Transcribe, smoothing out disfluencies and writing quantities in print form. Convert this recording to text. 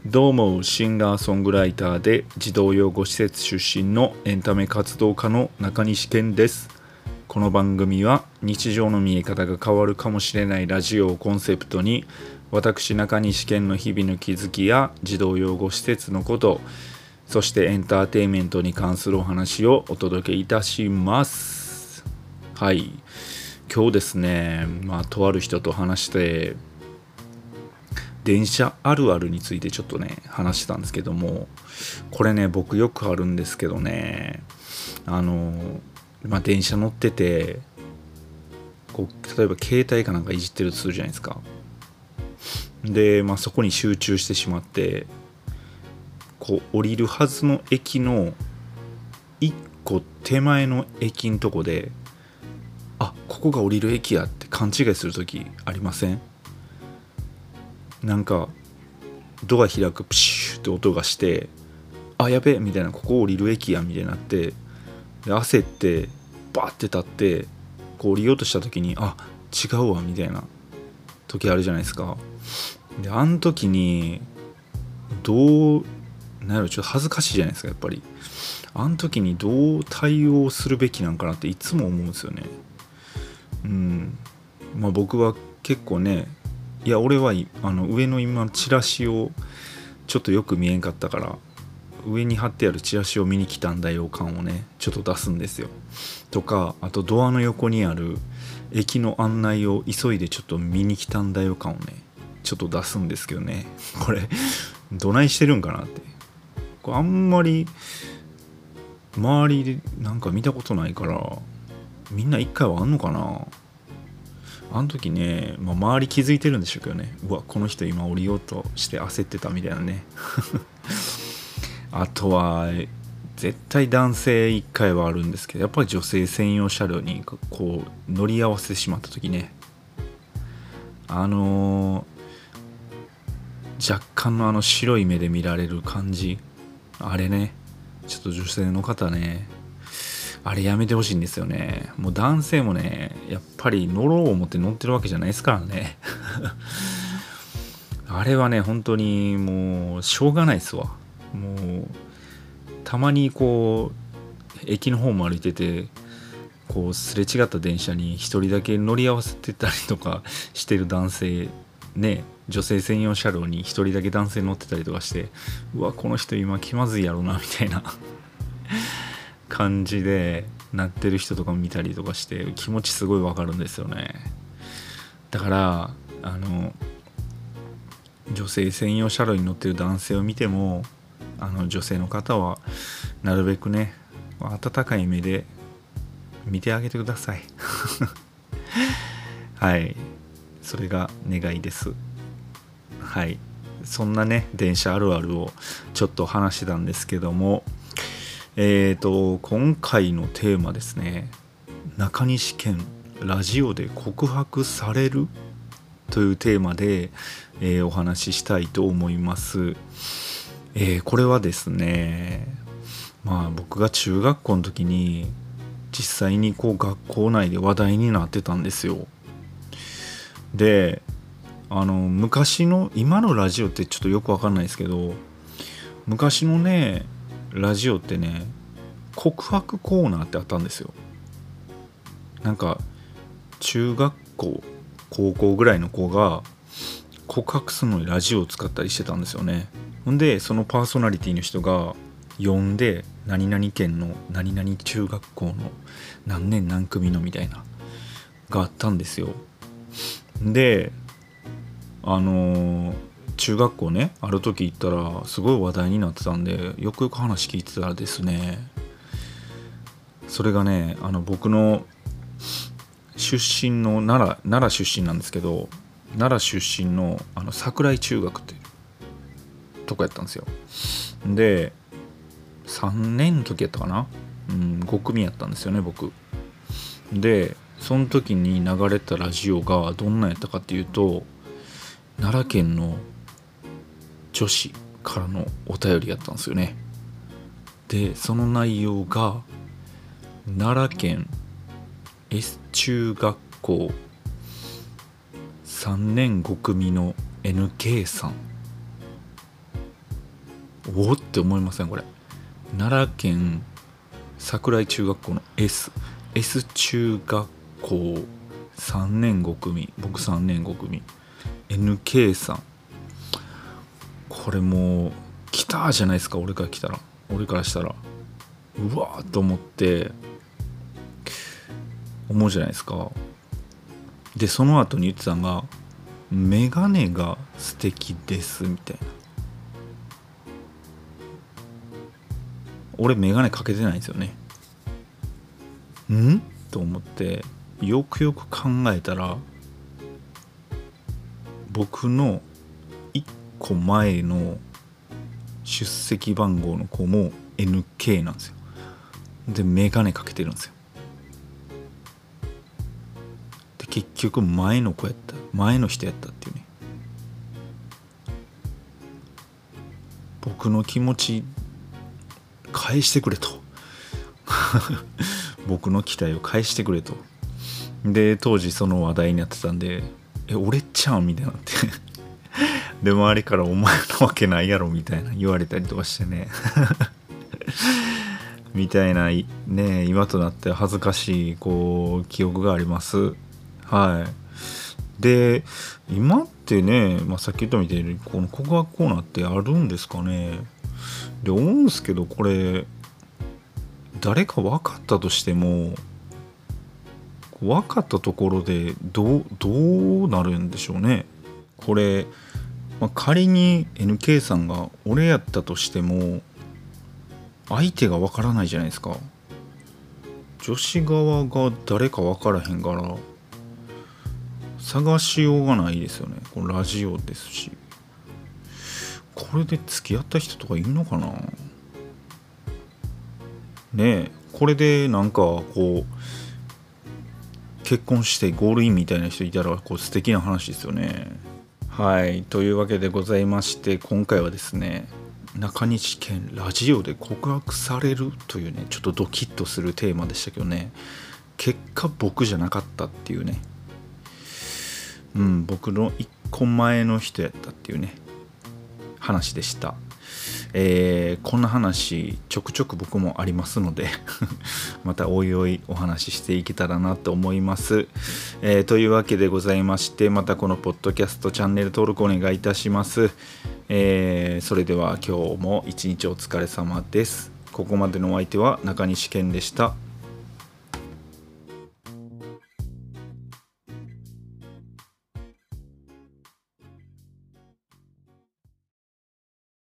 どうも、シンガーソングライターで児童養護施設出身のエンタメ活動家の中西健です。この番組は日常の見え方が変わるかもしれないラジオをコンセプトに、私中西健の日々の気づきや児童養護施設のこと、そしてエンターテインメントに関するお話をお届けいたします。はい、今日ですね、とある人と話して電車あるあるについてちょっとね話してたんですけども、これね僕よくあるんですけどね、電車乗っててこう例えば携帯かなんかいじってるとするじゃないですか。で、そこに集中してしまってこう降りるはずの駅の一個手前の駅のとこで、ここが降りる駅やって勘違いするときありません？なんかドア開くプシューって音がして、やべえみたいな、ここ降りる駅やみたいになって、で焦ってバーって立ってこう降りようとした時に違うわみたいな時あるじゃないですか。であの時にどうなんやろ、ちょっと恥ずかしいじゃないですか。やっぱりあの時にどう対応するべきなんかなっていつも思うんですよね。僕は結構ね、俺は上の今チラシをちょっとよく見えんかったから、上に貼ってあるチラシを見に来たんだよ感をねちょっと出すんですよ。とか、あとドアの横にある駅の案内を急いでちょっと見に来たんだよ感をねちょっと出すんですけどね、これどないしてるんかなって。これあんまり周りでなんか見たことないから、みんな一回はあんのかな。あの時ね、周り気づいてるんでしょうけどね、この人今降りようとして焦ってたみたいなねあとは絶対男性1回はあるんですけど、やっぱり女性専用車両にこう乗り合わせてしまった時ね、若干の白い目で見られる感じ、あれね、ちょっと女性の方ね、あれやめてほしいんですよね。もう男性もね、やっぱり乗ろう思って乗ってるわけじゃないですからねあれはね本当にもうしょうがないですわ。もうたまにこう駅の方も歩いてて、こうすれ違った電車に一人だけ乗り合わせてたりとかしてる男性ね、女性専用車両に一人だけ男性乗ってたりとかして、この人今気まずいやろなみたいな感じでなってる人とかも見たりとかして気持ちすごいわかるんですよね。だから女性専用車両に乗ってる男性を見ても、女性の方はなるべくね温かい目で見てあげてくださいはい、それが願いです。はい、そんなね電車あるあるをちょっと話してたんですけども、今回のテーマですね、中西健ラジオで告白されるというテーマで、お話ししたいと思います。これはですね、僕が中学校の時に実際にこう学校内で話題になってたんですよ。で昔の、今のラジオってちょっとよくわかんないですけど、昔のねラジオってね告白コーナーってあったんですよ。なんか中学校高校ぐらいの子が告白するのにラジオを使ったりしてたんですよね。ほんでそのパーソナリティの人が呼んで、何々県の何々中学校の何年何組のみたいながあったんですよ。で中学校ねある時行ったらすごい話題になってたんで、よくよく話聞いてたらですね、それがね僕の出身の奈良出身なんですけど、奈良出身の桜井中学っていうとこやったんですよ。で3年の時やったかな、5組やったんですよね僕で。その時に流れたラジオがどんなやったかっていうと、奈良県の女子からのお便りやったんですよね。でその内容が、奈良県 S 中学校3年5組の NK さんおおって思いませんこれ。奈良県桜井中学校の S 中学校3年5組、僕3年5組 NK さん、これもう来たじゃないですか。俺からしたらうわーと思うじゃないですか。でその後に言ってたのがメガネが素敵ですみたいな。俺メガネかけてないんですよね。んと思ってよくよく考えたら、僕の1個前の出席番号の子も NK なんですよ。でメガネかけてるんですよ。で結局前の人やったっていうね。僕の気持ち返してくれと僕の期待を返してくれと。で当時その話題になってたんで、俺ちゃんみたいになってで周りからお前のわけないやろみたいな言われたりとかしてねみたいなね、今となって恥ずかしい記憶があります。はい。で今ってね、さっき言ったみたいにこの告白コーナーってあるんですかね。で思うんですけど、これ誰か分かったとしても分かったところでどうなるんでしょうね。これ、仮に NK さんが俺やったとしても相手が分からないじゃないですか。女子側が誰か分からへんから探しようがないですよね。このラジオですし、これで付き合った人とかいるのかなね。これでなんか結婚してゴールインみたいな人いたら素敵な話ですよね。はい、というわけでございまして、今回はですね、中西健ラジオで告白されるというね、ちょっとドキッとするテーマでしたけどね、結果僕じゃなかったっていうね、僕の1個前の人やったっていうね話でした。こんな話ちょくちょく僕もありますのでまたおいおいお話ししていけたらなと思います。というわけでございまして、またこのポッドキャストチャンネル登録お願いいたします。それでは今日も一日お疲れ様です。ここまでのお相手は中西健でした。